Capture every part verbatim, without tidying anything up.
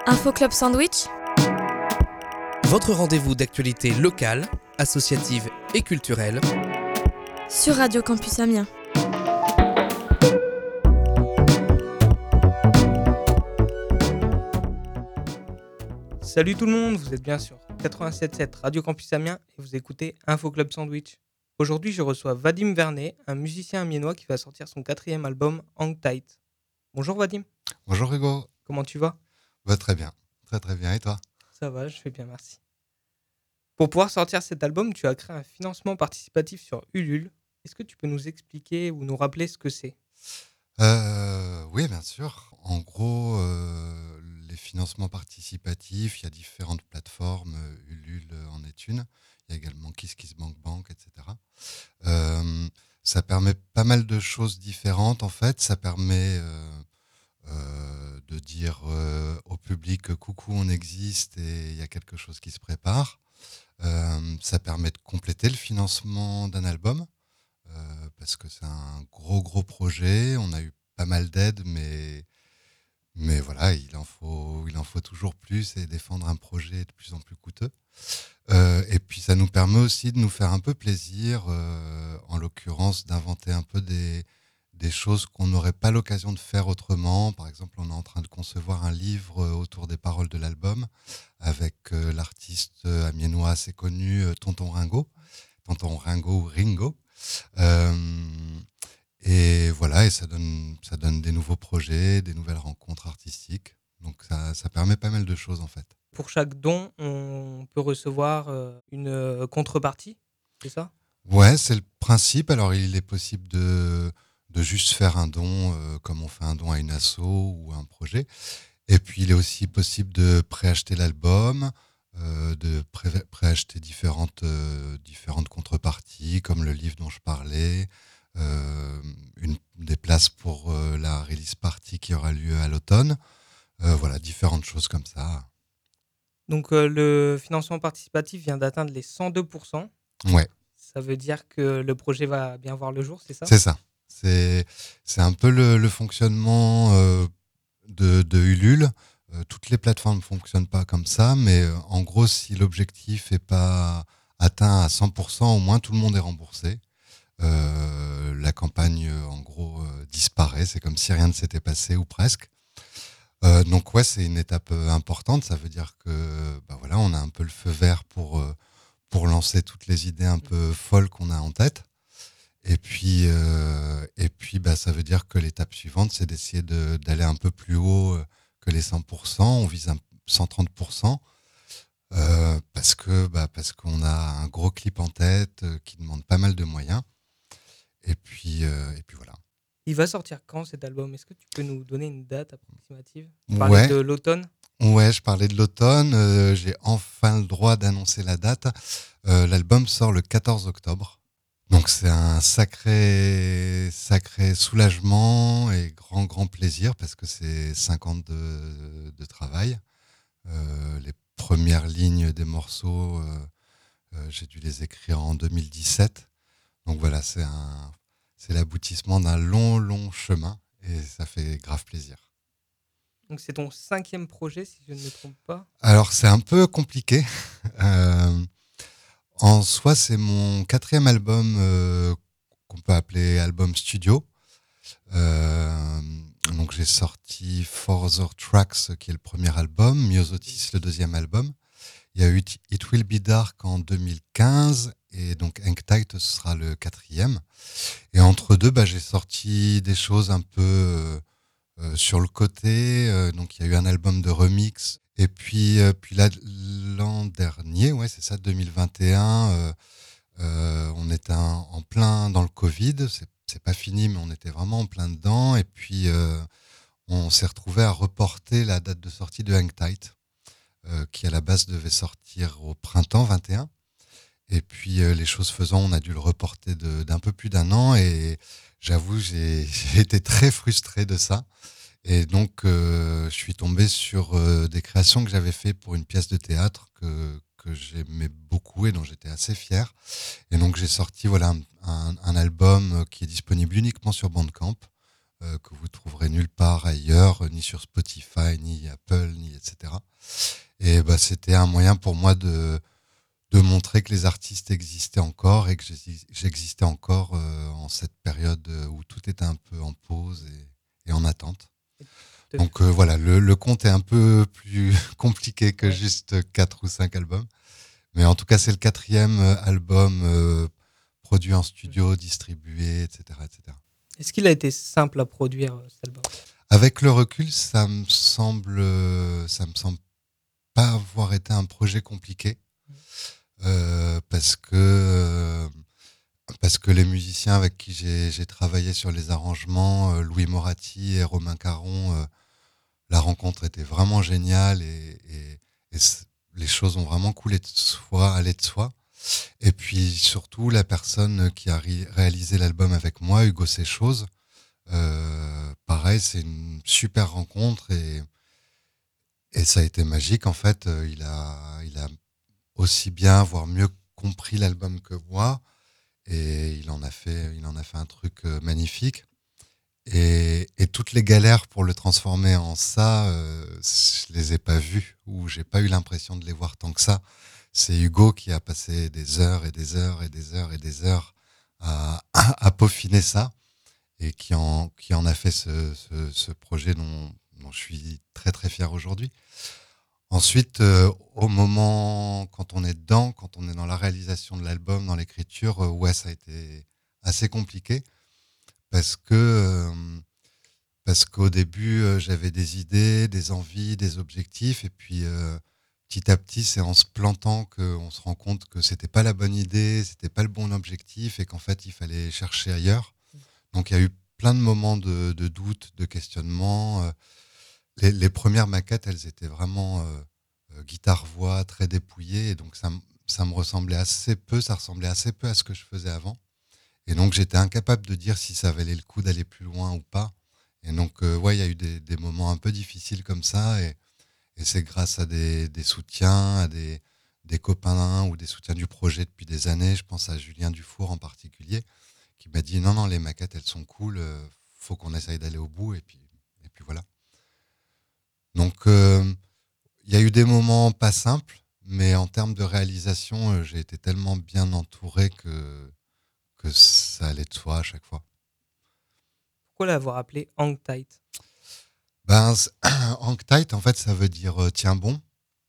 Info Club Sandwich, votre rendez-vous d'actualité locale, associative et culturelle sur Radio Campus Amiens. Salut tout le monde, vous êtes bien sûr quatre-vingt-sept virgule sept Radio Campus Amiens et vous écoutez Info Club Sandwich. Aujourd'hui, je reçois Vadim Vernet, un musicien amiénois qui va sortir son quatrième album Hang Tight. Bonjour Vadim. Bonjour Hugo. Comment tu vas ? Bah, très bien, très très bien. Et toi ? Ça va, je vais bien, merci. Pour pouvoir sortir cet album, tu as créé un financement participatif sur Ulule. Est-ce que tu peux nous expliquer ou nous rappeler ce que c'est ? euh, Oui, bien sûr. En gros, euh, les financements participatifs, il y a différentes plateformes. Ulule en est une. Il y a également KissKissBankBank, et cetera. Euh, ça permet pas mal de choses différentes. En fait, ça permet euh, euh, de dire euh, au public coucou, on existe et il y a quelque chose qui se prépare. Euh, ça permet de compléter le financement d'un album euh, parce que c'est un gros gros projet. On a eu pas mal d'aides, mais mais voilà, il en faut il en faut toujours plus et défendre un projet est de plus en plus coûteux. Euh, et puis ça nous permet aussi de nous faire un peu plaisir, euh, en l'occurrence d'inventer un peu des des choses qu'on n'aurait pas l'occasion de faire autrement. Par exemple, on est en train de concevoir un livre autour des paroles de l'album avec euh, l'artiste amiénois assez connu, euh, Tonton Ringo, Tonton Ringo ou Ringo. Euh, et voilà, et ça donne, ça donne des nouveaux projets, des nouvelles rencontres artistiques. Donc ça, ça permet pas mal de choses en fait. Pour chaque don, on peut recevoir euh, une euh, contrepartie, c'est ça ? Ouais, c'est le principe. Alors il est possible de de juste faire un don, euh, comme on fait un don à une asso ou à un projet. Et puis, il est aussi possible de préacheter l'album, euh, de pré- préacheter différentes, euh, différentes contreparties, comme le livre dont je parlais, euh, une, des places pour euh, la release party qui aura lieu à l'automne. Euh, voilà, différentes choses comme ça. Donc euh, le financement participatif vient d'atteindre les cent deux pour cent. Ouais, Ça veut dire que le projet va bien voir le jour, c'est ça ? c'est ça. C'est, c'est un peu le, le fonctionnement euh, de, de Ulule. Euh, toutes les plateformes ne fonctionnent pas comme ça, mais euh, en gros, si l'objectif n'est pas atteint à cent pour cent, au moins tout le monde est remboursé. Euh, la campagne, euh, en gros, euh, disparaît. C'est comme si rien ne s'était passé, ou presque. Euh, donc ouais, c'est une étape euh, importante. Ça veut dire que bah voilà, on a un peu le feu vert pour, euh, pour lancer toutes les idées un peu folles qu'on a en tête. Et puis, euh, et puis bah, ça veut dire que l'étape suivante, c'est d'essayer de, d'aller un peu plus haut euh, que les cent pour cent. On vise un cent trente pour cent euh, parce, que, bah, parce qu'on a un gros clip en tête euh, qui demande pas mal de moyens. Et puis, euh, et puis voilà. Il va sortir quand cet album ? Est-ce que tu peux nous donner une date approximative ? Tu parlais Ouais, de l'automne ? ouais, je parlais de l'automne. Euh, j'ai enfin le droit d'annoncer la date. Euh, l'album sort le quatorze octobre. Donc c'est un sacré, sacré soulagement et grand, grand plaisir parce que c'est cinq ans de, de travail. Euh, les premières lignes des morceaux, euh, euh, j'ai dû les écrire en deux mille dix-sept. Donc voilà, c'est, un, c'est l'aboutissement d'un long, long chemin et ça fait grave plaisir. Donc c'est ton cinquième projet, si je ne me trompe pas. Alors c'est un peu compliqué. euh, En soi, c'est mon quatrième album euh, qu'on peut appeler album studio. Euh, donc j'ai sorti Further Tracks, qui est le premier album, Myosotis, le deuxième album. Il y a eu It Will Be Dark en deux mille quinze, et donc Hang Tight, ce sera le quatrième. Et entre deux, bah, j'ai sorti des choses un peu euh, euh, sur le côté. Euh, donc il y a eu un album de remix. Et puis, euh, puis là, l'an dernier, ouais, c'est ça, deux mille vingt et un, euh, euh, on était un- en plein dans le Covid. C'est, c'est pas fini, mais on était vraiment en plein dedans. Et puis, euh, on s'est retrouvé à reporter la date de sortie de Hang Tight, euh, qui à la base devait sortir au printemps vingt et un. Et puis, euh, les choses faisant, on a dû le reporter de, d'un peu plus d'un an. Et j'avoue, j'ai, j'ai été très frustré de ça. Et donc, euh, je suis tombé sur euh, des créations que j'avais fait pour une pièce de théâtre que, que j'aimais beaucoup et dont j'étais assez fier. Et donc, j'ai sorti voilà, un, un album qui est disponible uniquement sur Bandcamp, euh, que vous trouverez nulle part ailleurs, ni sur Spotify, ni Apple, ni et cetera. Et bah, c'était un moyen pour moi de, de montrer que les artistes existaient encore et que j'existais encore euh, en cette période où tout était un peu en pause et, et en attente. Donc euh, voilà, le, le compte est un peu plus compliqué que ouais. juste quatre ou cinq albums. Mais en tout cas, c'est le quatrième album euh, produit en studio, distribué, et cetera, et cetera. Est-ce qu'il a été simple à produire, cet album ? Avec le recul, ça me semble, ça me semble pas avoir été un projet compliqué. Euh, parce que euh, parce que les musiciens avec qui j'ai, j'ai travaillé sur les arrangements, euh, Louis Moratti et Romain Caron, euh, la rencontre était vraiment géniale et, et, et les choses ont vraiment coulé de soi, allé de soi. Et puis surtout la personne qui a ré- réalisé l'album avec moi, Hugo Séchose, euh, pareil, c'est une super rencontre et et ça a été magique en fait. Il a il a aussi bien, voire mieux compris l'album que moi, et il en a fait, il en a fait un truc magnifique. Et, et toutes les galères pour le transformer en ça, euh, je les ai pas vues, ou j'ai pas eu l'impression de les voir tant que ça. C'est Hugo qui a passé des heures et des heures et des heures et des heures à, à, à peaufiner ça, et qui en, qui en a fait ce, ce, ce projet dont, dont je suis très très fier aujourd'hui. Ensuite, euh, au moment, quand on est dedans, quand on est dans la réalisation de l'album, dans l'écriture, euh, ouais, ça a été assez compliqué parce que euh, parce qu'au début, euh, j'avais des idées, des envies, des objectifs, et puis euh, petit à petit, c'est en se plantant qu'on se rend compte que c'était pas la bonne idée, c'était pas le bon objectif, et qu'en fait, il fallait chercher ailleurs. Donc, il y a eu plein de moments de, de doute, de questionnement. Euh, Les, les premières maquettes, elles étaient vraiment euh, euh, guitare-voix, très dépouillées. Et donc, ça, ça me ressemblait assez peu, ça ressemblait assez peu à ce que je faisais avant. Et donc, j'étais incapable de dire si ça valait le coup d'aller plus loin ou pas. Et donc, euh, ouais, il y a eu des, des moments un peu difficiles comme ça. Et, et c'est grâce à des, des soutiens, à des, des copains ou des soutiens du projet depuis des années. Je pense à Julien Dufour en particulier, qui m'a dit non, non, les maquettes, elles sont cool. Euh, faut qu'on essaye d'aller au bout. Et puis, et puis voilà. Donc, il euh, y a eu des moments pas simples, mais en termes de réalisation, euh, j'ai été tellement bien entouré que, que ça allait de soi à chaque fois. Pourquoi l'avoir appelé Hang Tight ? Ben, Hang Tight, en fait, ça veut dire euh, tiens bon.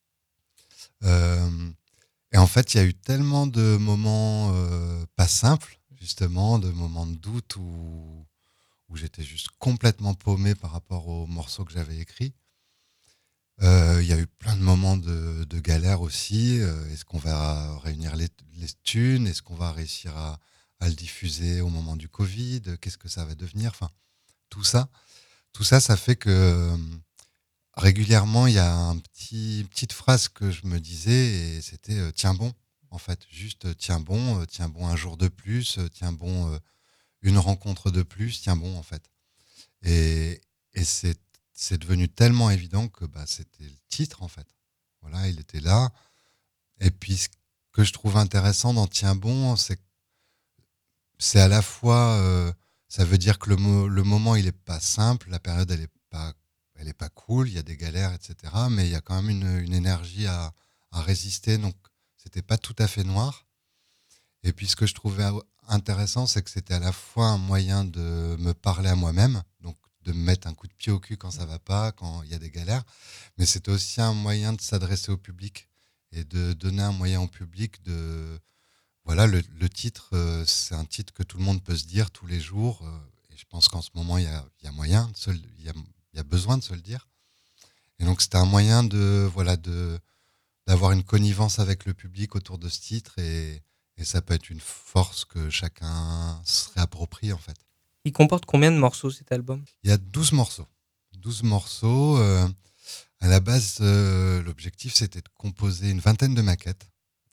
Euh, et en fait, il y a eu tellement de moments euh, pas simples, justement, de moments de doute où, où j'étais juste complètement paumé par rapport aux morceaux que j'avais écrits. Il euh, y a eu plein de moments de, de galère aussi. Euh, est-ce qu'on va réunir les, les thunes ? Est-ce qu'on va réussir à, à le diffuser au moment du Covid ? Qu'est-ce que ça va devenir ? Enfin, tout ça, tout ça, ça fait que euh, régulièrement, il y a un petit, une petite phrase que je me disais et c'était euh, tiens bon, en fait, juste euh, tiens bon, euh, tiens bon un jour de plus, euh, tiens bon euh, une rencontre de plus, tiens bon en fait. Et, et c'est c'est devenu tellement évident que bah, c'était le titre, en fait. Voilà, il était là. Et puis, ce que je trouve intéressant dans Tiens bon, c'est c'est à la fois, euh, ça veut dire que le, mo- le moment, il n'est pas simple, la période, elle n'est pas, elle est pas cool, il y a des galères, et cetera. Mais il y a quand même une, une énergie à, à résister, donc c'était pas tout à fait noir. Et puis, ce que je trouvais intéressant, c'est que c'était à la fois un moyen de me parler à moi-même, donc de me mettre un coup de pied au cul quand ça va pas, quand il y a des galères, mais c'était aussi un moyen de s'adresser au public et de donner un moyen au public de... Voilà, le, le titre, euh, c'est un titre que tout le monde peut se dire tous les jours, euh, et je pense qu'en ce moment, il y a, il y a moyen, de se, il y a, il y a besoin de se le dire. Et donc, c'était un moyen de, voilà, de, d'avoir une connivence avec le public autour de ce titre, et, et ça peut être une force que chacun se réapproprie, en fait. Il comporte combien de morceaux, cet album ? Il y a douze morceaux. douze morceaux. Euh, à la base, euh, l'objectif, c'était de composer une vingtaine de maquettes.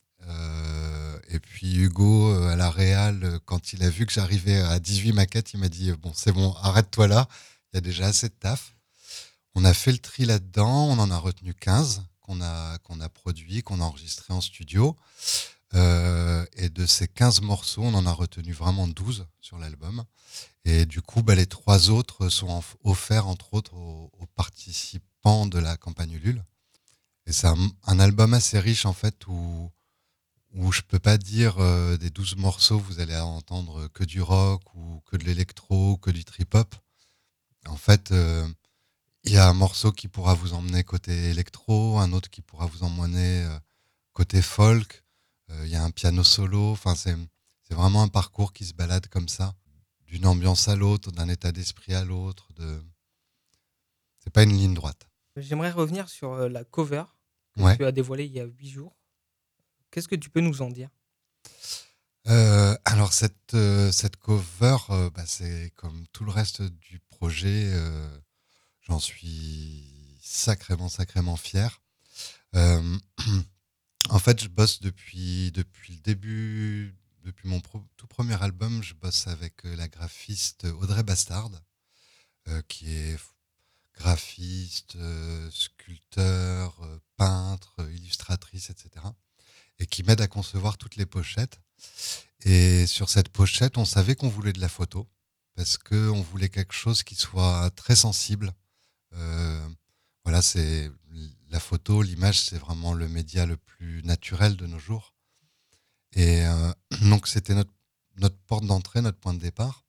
Euh, et puis Hugo, euh, à la réal, quand il a vu que j'arrivais à dix-huit maquettes, il m'a dit « Bon, c'est bon, arrête-toi là, il y a déjà assez de taf. » On a fait le tri là-dedans, on en a retenu quinze qu'on a, qu'on a produit, qu'on a enregistré en studio. Euh, et de ces quinze morceaux, on en a retenu vraiment douze sur l'album. Et du coup, bah, les trois autres sont en- offerts, entre autres, aux, aux participants de la campagne Ulule. Et c'est un, un album assez riche, en fait, où, où je peux pas dire euh, des douze morceaux, vous allez entendre que du rock, ou que de l'électro, ou que du trip-hop. En fait, euh, il y a un morceau qui pourra vous emmener côté électro, un autre qui pourra vous emmener euh, côté folk. Euh, Il y a un piano solo. Enfin, c'est, c'est vraiment un parcours qui se balade comme ça, d'une ambiance à l'autre, d'un état d'esprit à l'autre. De... C'est pas une ligne droite. J'aimerais revenir sur euh, la cover que Ouais. tu as dévoilée il y a huit jours. Qu'est-ce que tu peux nous en dire? Euh, alors cette, euh, cette cover, euh, bah, c'est comme tout le reste du projet, euh, j'en suis sacrément, sacrément fier. Euh, en fait, je bosse depuis, depuis le début, depuis mon pro- tout premier album, je bosse avec euh, la graphiste Audrey Bastard, euh, qui est graphiste, euh, sculpteur, euh, peintre, euh, illustratrice, et cetera. Et qui m'aide à concevoir toutes les pochettes. Et sur cette pochette, on savait qu'on voulait de la photo, parce qu'on voulait quelque chose qui soit très sensible. Euh, voilà, c'est la photo, l'image, c'est vraiment le média le plus naturel de nos jours. Et euh, donc, c'était notre, notre porte d'entrée, notre point de départ.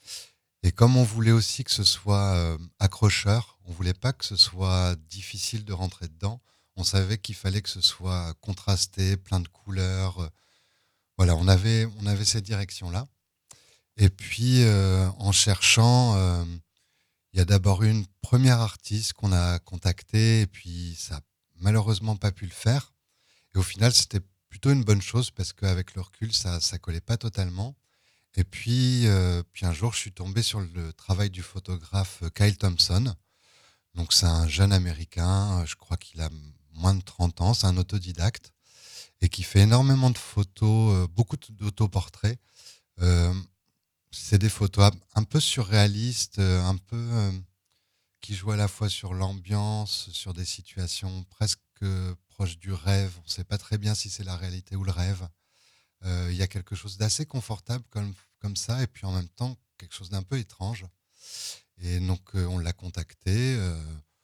Et comme on voulait aussi que ce soit euh, accrocheur, on voulait pas que ce soit difficile de rentrer dedans. On savait qu'il fallait que ce soit contrasté, plein de couleurs. Voilà, on avait, on avait cette direction-là. Et puis, euh, en cherchant, euh, il y a d'abord eu une première artiste qu'on a contactée, et puis ça n'a malheureusement pas pu le faire. Et au final, c'était plutôt une bonne chose, parce qu'avec le recul, ça ne collait pas totalement. Et puis, euh, puis un jour, je suis tombé sur le travail du photographe Kyle Thompson. Donc c'est un jeune Américain, je crois qu'il a moins de trente ans, c'est un autodidacte, et qui fait énormément de photos, euh, beaucoup d'autoportraits. Euh, c'est des photos un peu surréalistes, euh, un peu euh, qui jouent à la fois sur l'ambiance, sur des situations presque proches du rêve. On ne sait pas très bien si c'est la réalité ou le rêve. Il euh, y a quelque chose d'assez confortable comme, comme ça, et puis en même temps quelque chose d'un peu étrange. Et donc euh, on l'a contacté. Euh,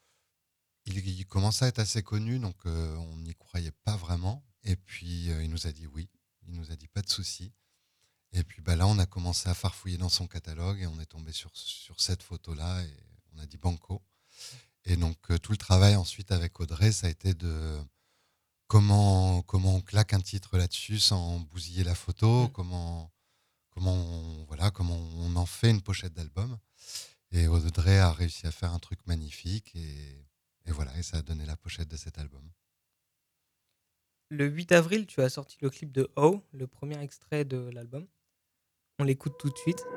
il, il commençait à être assez connu, donc euh, on n'y croyait pas vraiment. Et puis euh, il nous a dit oui, il nous a dit pas de souci. Et puis bah, là on a commencé à farfouiller dans son catalogue, et on est tombé sur, sur cette photo-là, et on a dit banco. Et donc euh, tout le travail ensuite avec Audrey, ça a été de comment, comment on claque un titre là-dessus sans bousiller la photo, mmh. comment, comment, on, voilà, comment on en fait une pochette d'album. Et Audrey a réussi à faire un truc magnifique, et, et voilà, et ça a donné la pochette de cet album. Le huit avril, tu as sorti le clip de Oh, le premier extrait de l'album. On l'écoute tout de suite.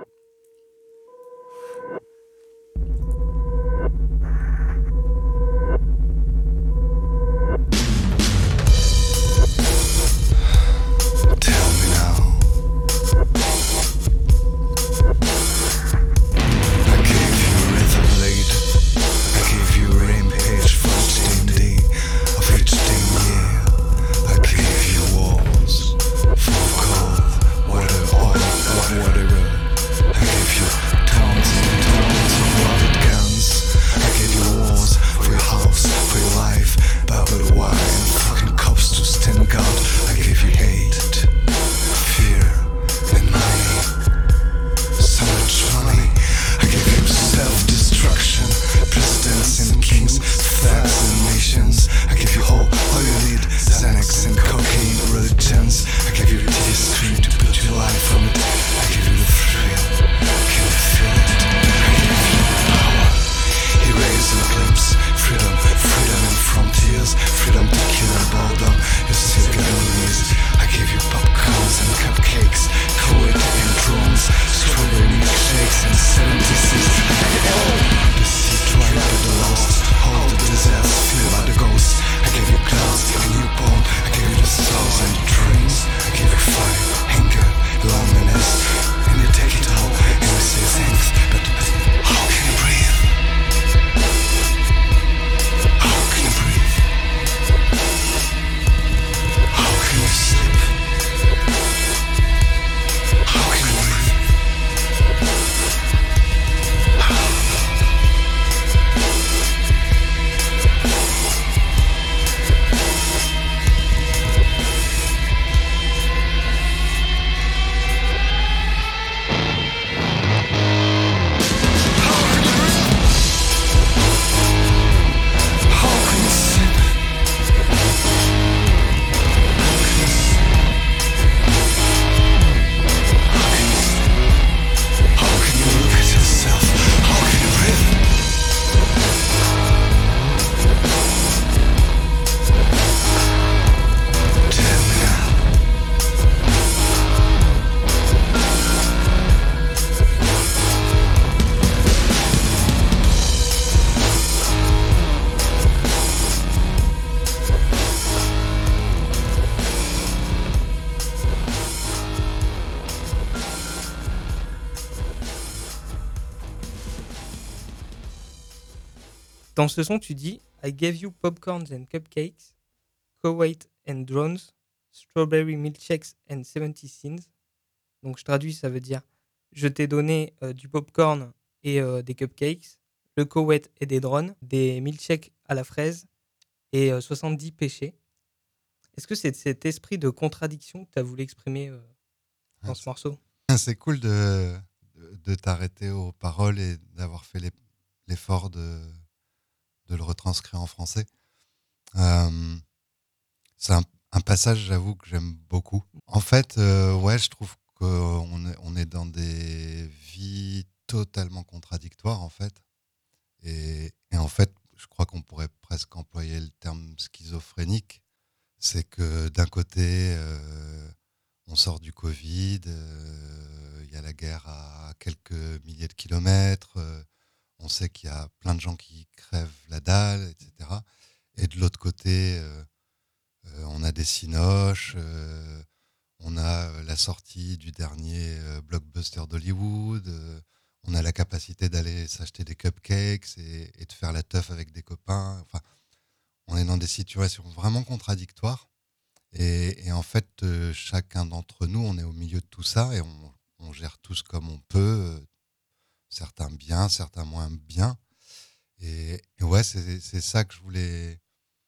Dans ce son, tu dis I gave you popcorns and cupcakes, Kuwait and drones, strawberry milkshakes and seventy scenes. Donc je traduis, ça veut dire je t'ai donné euh, du popcorn et euh, des cupcakes, le Koweït et des drones, des milkshakes à la fraise et euh, soixante-dix péchés. Est-ce que c'est cet esprit de contradiction que tu as voulu exprimer euh, dans ce morceau? C'est cool de, de, de t'arrêter aux paroles et d'avoir fait les- l'effort de, de le retranscrire en français. Euh, c'est un, un passage, j'avoue, que j'aime beaucoup. En fait, euh, ouais, je trouve qu'on est, on est dans des vies totalement contradictoires, en fait. Et, et en fait, je crois qu'on pourrait presque employer le terme schizophrénique. C'est que d'un côté, euh, on sort du Covid, euh, il y a la guerre à quelques milliers de kilomètres, euh, on sait qu'il y a plein de gens qui crèvent la dalle, et cetera. Et de l'autre côté, euh, euh, on a des cinoches, euh, on a euh, la sortie du dernier euh, blockbuster d'Hollywood, euh, on a la capacité d'aller s'acheter des cupcakes et, et de faire la teuf avec des copains. Enfin, on est dans des situations vraiment contradictoires. Et, et en fait, euh, chacun d'entre nous, on est au milieu de tout ça et on, on gère tous comme on peut, euh, certains bien, certains moins bien. Et, et ouais, c'est, c'est ça que je voulais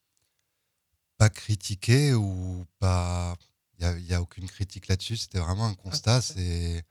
pas critiquer ou pas. Il n'y a, y a aucune critique là-dessus, c'était vraiment un constat. C'est.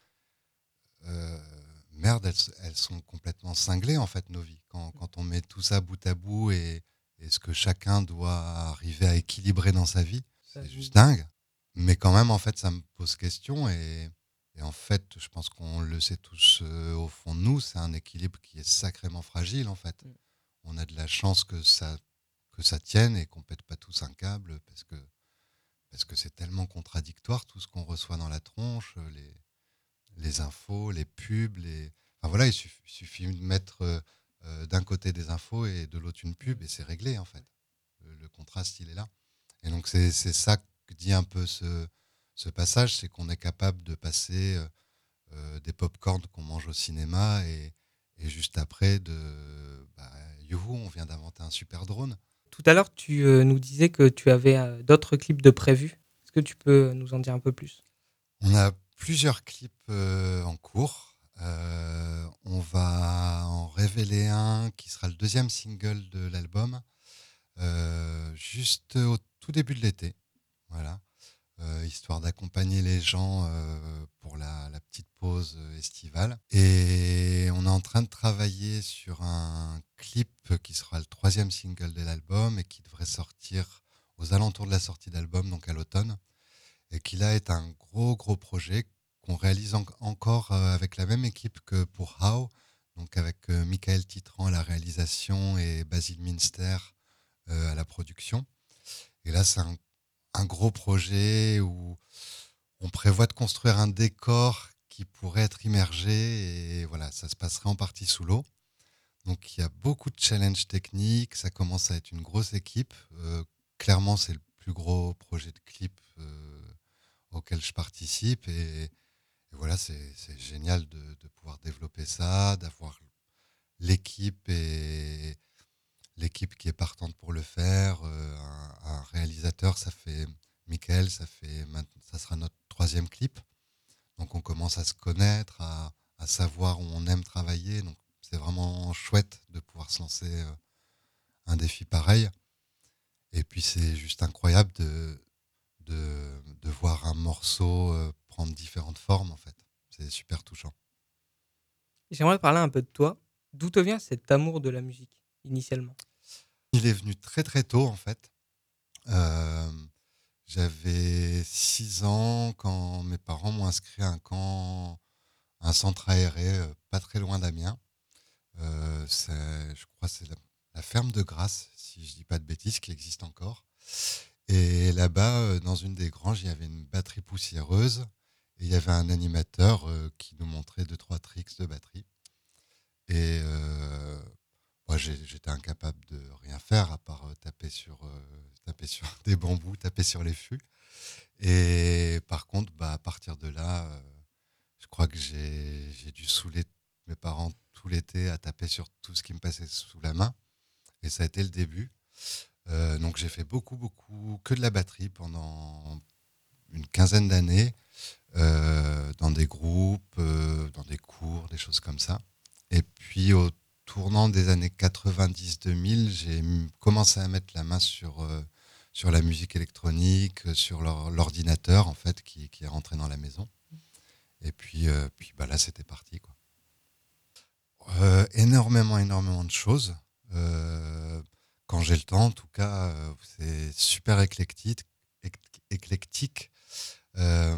euh, Merde, elles, elles sont complètement cinglées en fait, nos vies. Quand, quand on met tout ça bout à bout et, et ce que chacun doit arriver à équilibrer dans sa vie, c'est juste dingue. Mais quand même, en fait, ça me pose question et, et en fait, je pense qu'on le sait tous euh, au fond de nous, c'est un équilibre qui est sacrément fragile en fait. Mm. On a de la chance que ça, que ça tienne et qu'on pète pas tous un câble parce que parce que c'est tellement contradictoire tout ce qu'on reçoit dans la tronche, les, les infos, les pubs, les... Enfin voilà, il suffit, il suffit de mettre euh, euh, d'un côté des infos et de l'autre une pub et c'est réglé en fait. Le, le contraste, il est là. Et donc c'est, c'est ça que dit un peu ce, ce passage, c'est qu'on est capable de passer euh, euh, des pop-corns qu'on mange au cinéma et, et juste après de... Bah, youhou, on vient d'inventer un super drone. Tout à l'heure, tu euh, nous disais que tu avais euh, d'autres clips de prévus. Est-ce que tu peux nous en dire un peu plus? On a plusieurs clips euh, en cours. Euh, on va en révéler un qui sera le deuxième single de l'album, euh, juste au tout début de l'été. Voilà. Euh, histoire d'accompagner les gens euh, pour la, la petite pause euh, estivale. Et on est en train de travailler sur un clip qui sera le troisième single de l'album et qui devrait sortir aux alentours de la sortie d'album, donc à l'automne. Et qui là est un gros gros projet qu'on réalise en- encore euh, avec la même équipe que pour How, donc avec euh, Michael Titran à la réalisation et Basile Minster euh, à la production. Et là, c'est un, un gros projet où on prévoit de construire un décor qui pourrait être immergé et voilà, ça se passerait en partie sous l'eau. Donc il y a beaucoup de challenges techniques, ça commence à être une grosse équipe. Euh, clairement, c'est le plus gros projet de clip euh, auquel je participe et, et voilà, c'est, c'est génial de, de pouvoir développer ça, d'avoir l'équipe et l'équipe qui est partante pour le faire, euh, un, un réalisateur, ça fait Michael, ça fait maintenant- ça sera notre troisième clip. Donc on commence à se connaître, à, à savoir où on aime travailler. Donc c'est vraiment chouette de pouvoir se lancer euh, un défi pareil. Et puis c'est juste incroyable de, de, de voir un morceau euh, prendre différentes formes en fait. C'est super touchant. J'aimerais parler un peu de toi. D'où te vient cet amour de la musique, initialement? Il est venu très très tôt en fait. Euh, J'avais six ans quand mes parents m'ont inscrit à un camp, un centre aéré euh, pas très loin d'Amiens. Euh, c'est- je crois que c'est la, la ferme de Grasse, si je dis pas de bêtises, qui existe encore. Et là-bas, euh, dans une des granges, il y avait une batterie poussiéreuse et il y avait un animateur euh, qui nous montrait deux, trois tricks de batterie. Et euh, moi, j'ai- j'étais incapable de rien faire à part euh, taper sur, euh, taper sur des bambous, taper sur les fûts. Et par contre, bah, à partir de là, euh, je crois que j'ai j'ai dû saouler mes parents tout l'été à taper sur tout ce qui me passait sous la main. Et ça a été le début. Euh, donc j'ai fait beaucoup, beaucoup que de la batterie pendant une quinzaine d'années, euh, dans des groupes, euh, dans des cours, des choses comme ça. Et puis au tournant des années quatre-vingt-dix deux mille, j'ai m- commencé à mettre la main sur, euh, sur la musique électronique, euh, sur l'or- l'ordinateur en fait, qui, qui est rentré dans la maison. Et puis, euh, puis bah, là, c'était parti, quoi. Euh, énormément, énormément de choses. Euh, quand j'ai le temps, en tout cas, euh, c'est super éclectique. éc- éclectique. Euh,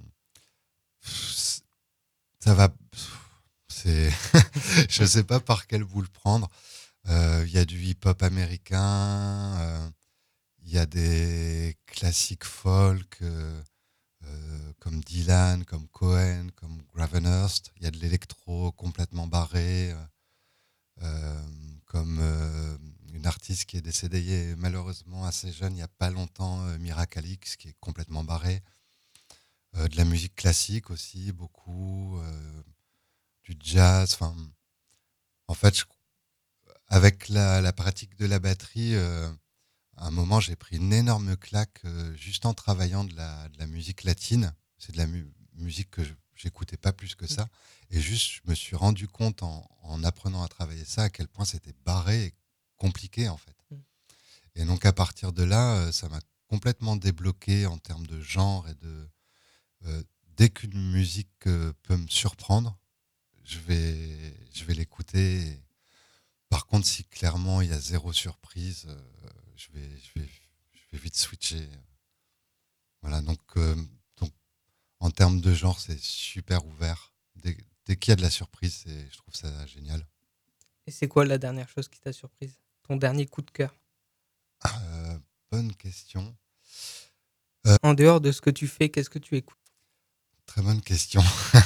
ça va. C'est, je sais pas par quel bout le prendre. Euh, Il y a du hip-hop américain. euh, Il y a des classiques folk. euh, euh, comme Dylan, comme Cohen, comme Gravenhurst. Il y a de l'électro complètement barré, euh, euh, comme euh, une artiste qui est décédée malheureusement assez jeune, il n'y a pas longtemps, euh, Mira Calix, qui est complètement barré. Euh, de la musique classique aussi, beaucoup. Euh, du jazz. Enfin, en fait, je- avec la, la pratique de la batterie, euh, à un moment, j'ai pris une énorme claque euh, juste en travaillant de la, de la musique latine. C'est de la mu- musique que je j'écoutais pas plus que ça. Et juste, je me suis rendu compte en, en apprenant à travailler ça à quel point c'était barré et compliqué en fait. Mm. Et donc à partir de là, euh, ça m'a complètement débloqué en termes de genre et de euh, dès qu'une musique euh, peut me surprendre, je vais je vais l'écouter. Par contre, si clairement il y a zéro surprise, euh, je vais je vais je vais vite switcher. Voilà, donc, euh, donc en termes de genre, c'est super ouvert. Dès, dès qu'il y a de la surprise, c'est, je trouve ça génial. Et c'est quoi la dernière chose qui t'a surprise? Ton dernier coup de cœur? Euh, bonne question. En dehors de ce que tu fais, qu'est-ce que tu écoutes? Très bonne question.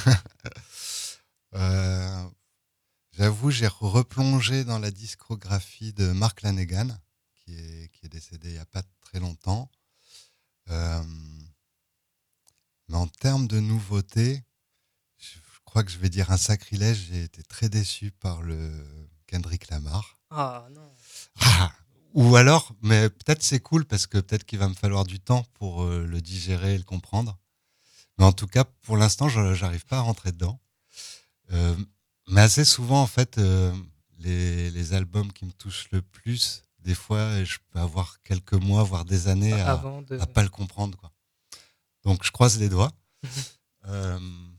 Euh, j'avoue, j'ai replongé dans la discographie de Mark Lanegan, qui est, qui est décédé il n'y a pas très longtemps. Euh, mais en termes de nouveautés, je, je crois que je vais dire un sacrilège. J'ai été très déçu par le Kendrick Lamar. Ah non. Ah, ou alors, mais peut-être c'est cool parce que peut-être qu'il va me falloir du temps pour euh, le digérer et le comprendre. Mais en tout cas, pour l'instant, je j'arrive pas à rentrer dedans. Euh, mais assez souvent, en fait, euh, les, les albums qui me touchent le plus, des fois, je peux avoir quelques mois, voire des années à, Avant de. à pas le comprendre, quoi. Donc, je croise les doigts. Euh,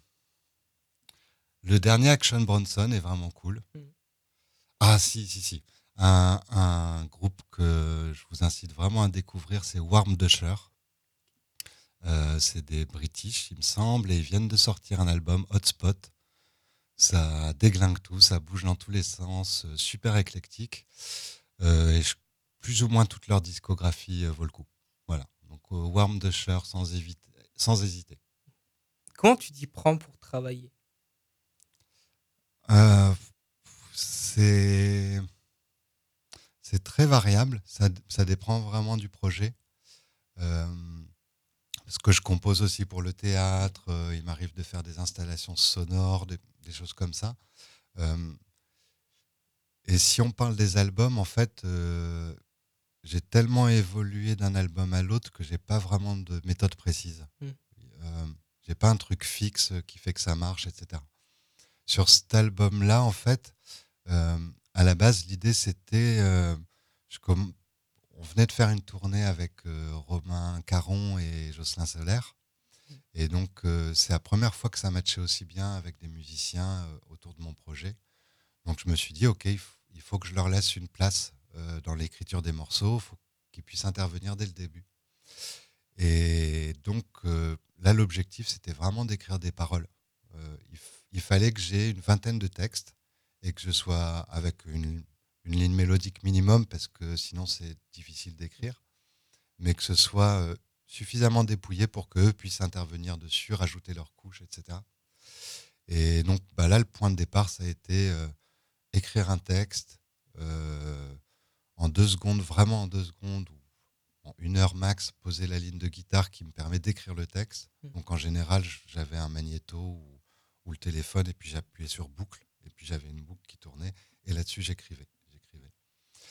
le dernier Action Bronson est vraiment cool. Mm. Ah, si, si, si. Un, un groupe que je vous incite vraiment à découvrir, c'est Warm Dusher. Euh, c'est des British, il me semble, et ils viennent de sortir un album Hotspot. Ça déglingue tout, ça bouge dans tous les sens, euh, super éclectique. Euh, et je- plus ou moins toute leur discographie euh, vaut le coup. Voilà. Donc euh, Warm Dusher sans, éviter- sans hésiter. Comment tu t'y prends pour travailler? Euh, c'est c'est très variable, ça, ça dépend vraiment du projet. Euh, Parce que je compose aussi pour le théâtre, euh, il m'arrive de faire des installations sonores, des, des choses comme ça. Euh, et si on parle des albums, en fait, euh, j'ai tellement évolué d'un album à l'autre que j'ai pas vraiment de méthode précise. Mm. Euh, j'ai pas un truc fixe qui fait que ça marche, et cetera. Sur cet album-là, en fait, euh, à la base, l'idée c'était, euh, je comm- on venait de faire une tournée avec euh, Romain Caron et Jocelyn Solaire. Et donc, euh, c'est la première fois que ça matchait aussi bien avec des musiciens euh, autour de mon projet. Donc, je me suis dit, OK, il, f- il faut que je leur laisse une place euh, dans l'écriture des morceaux, il faut qu'ils puissent intervenir dès le début. Et donc, euh, là, l'objectif, c'était vraiment d'écrire des paroles. Euh, il, f- il fallait que j'ai une vingtaine de textes et que je sois avec une, une ligne mélodique minimum, parce que sinon, c'est difficile d'écrire, mais que ce soit euh, suffisamment dépouillé pour qu'eux puissent intervenir dessus, rajouter leurs couches, et cetera. Et donc bah là, le point de départ, ça a été euh, écrire un texte euh, en deux secondes, vraiment en deux secondes, ou en une heure max, poser la ligne de guitare qui me permet d'écrire le texte. Donc en général, j'avais un magnéto ou, ou le téléphone, et puis j'appuyais sur boucle, et puis j'avais une boucle qui tournait, et là-dessus, j'écrivais. j'écrivais.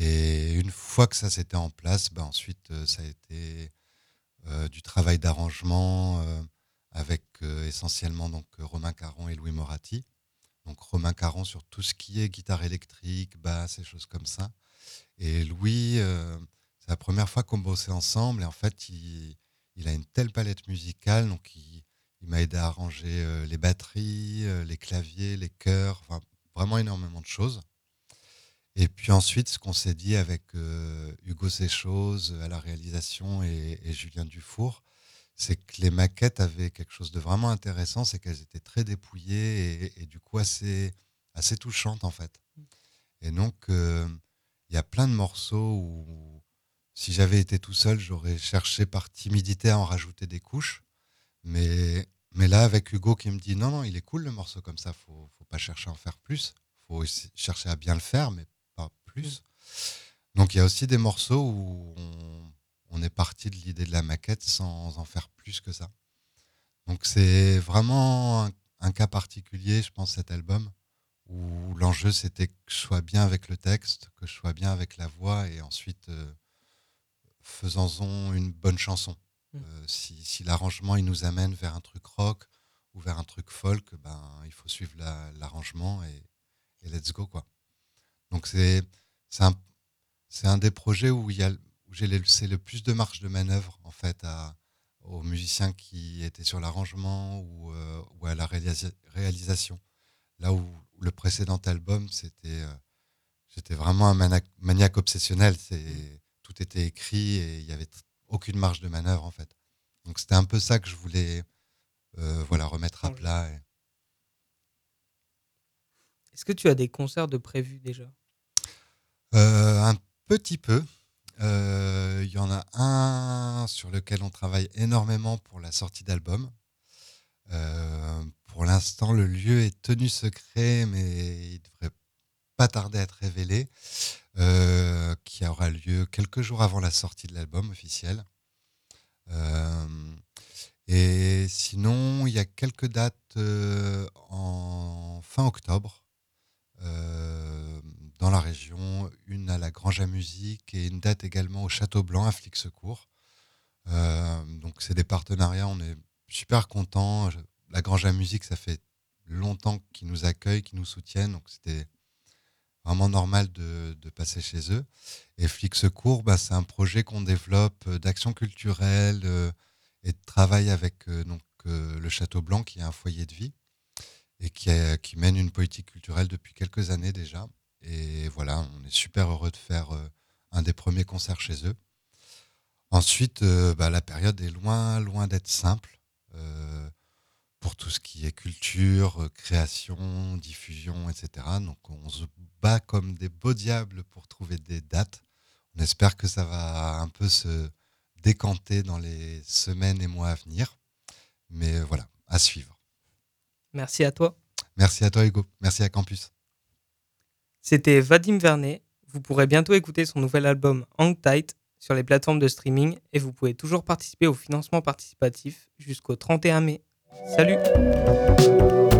Et une fois que ça s'était en place, bah ensuite, euh, ça a été euh, du travail d'arrangement euh, avec euh, essentiellement donc, Romain Caron et Louis Moratti. Donc Romain Caron sur tout ce qui est guitare électrique, basse et choses comme ça. Et Louis, euh, c'est la première fois qu'on bossait ensemble. Et en fait, il, il a une telle palette musicale. Donc il, il m'a aidé à arranger euh, les batteries, euh, les claviers, les chœurs, enfin, vraiment énormément de choses. Et puis ensuite, ce qu'on s'est dit avec euh, Hugo Séchose à la réalisation et, et Julien Dufour, c'est que les maquettes avaient quelque chose de vraiment intéressant, c'est qu'elles étaient très dépouillées et, et du coup assez, assez touchantes en fait. Et donc, euh, il y a plein de morceaux où, si j'avais été tout seul, j'aurais cherché par timidité à en rajouter des couches. Mais, mais là, avec Hugo qui me dit non, non, il est cool le morceau comme ça, faut, faut pas chercher à en faire plus, faut essayer- chercher à bien le faire, mais pas plus. Donc il y a aussi des morceaux où on, on est parti de l'idée de la maquette sans en faire plus que ça. Donc c'est vraiment un, un cas particulier, je pense, cet album, où l'enjeu c'était que je sois bien avec le texte, que je sois bien avec la voix, et ensuite euh, faisons-en une bonne chanson. Mm. Euh, si, si l'arrangement il nous amène vers un truc rock ou vers un truc folk, ben il faut suivre la- l'arrangement et, et let's go quoi. Donc c'est c'est un c'est un des projets où il y a où j'ai laissé le plus de marge de manœuvre en fait à aux musiciens qui étaient sur l'arrangement ou, euh, ou à la réalisa- réalisation. Là où le précédent album c'était euh, j'étais vraiment un maniaque, maniaque obsessionnel. C'est tout était écrit et il y avait t- aucune marge de manœuvre en fait. Donc c'était un peu ça que je voulais euh, voilà remettre à Changer. plat. Et... Est-ce que tu as des concerts de prévus déjà? Euh, un petit peu. Euh, Il y en a un sur lequel on travaille énormément pour la sortie d'album. Euh, pour l'instant, le lieu est tenu secret, mais il devrait pas tarder à être révélé, euh, qui aura lieu quelques jours avant la sortie de l'album officiel. Euh, et sinon, il y a quelques dates euh, en fin octobre euh, dans la région, une à la Grange à Musique et une date également au Château Blanc à Flixecourt. Euh, donc c'est des partenariats, on est super contents. La Grange à Musique, ça fait longtemps qu'ils nous accueillent, qu'ils nous soutiennent, donc c'était vraiment normal de, de passer chez eux. Et Flixecourt, bah, c'est un projet qu'on développe euh, d'action culturelle euh, et de travail avec euh, donc, euh, le Château Blanc, qui est un foyer de vie et qui, est- qui mène une politique culturelle depuis quelques années déjà. Et voilà, on est super heureux de faire euh, un des premiers concerts chez eux. Ensuite, euh, bah, la période est loin, loin d'être simple euh, pour tout ce qui est culture, euh, création, diffusion, et cetera. Donc on se bat comme des beaux diables pour trouver des dates. On espère que ça va un peu se décanter dans les semaines et mois à venir. Mais euh, voilà, à suivre. Merci à toi. Merci à toi Hugo, merci à Campus. C'était Vadim Vernet. Vous pourrez bientôt écouter son nouvel album Hang Tight sur les plateformes de streaming et vous pouvez toujours participer au financement participatif jusqu'au trente et un mai. Salut!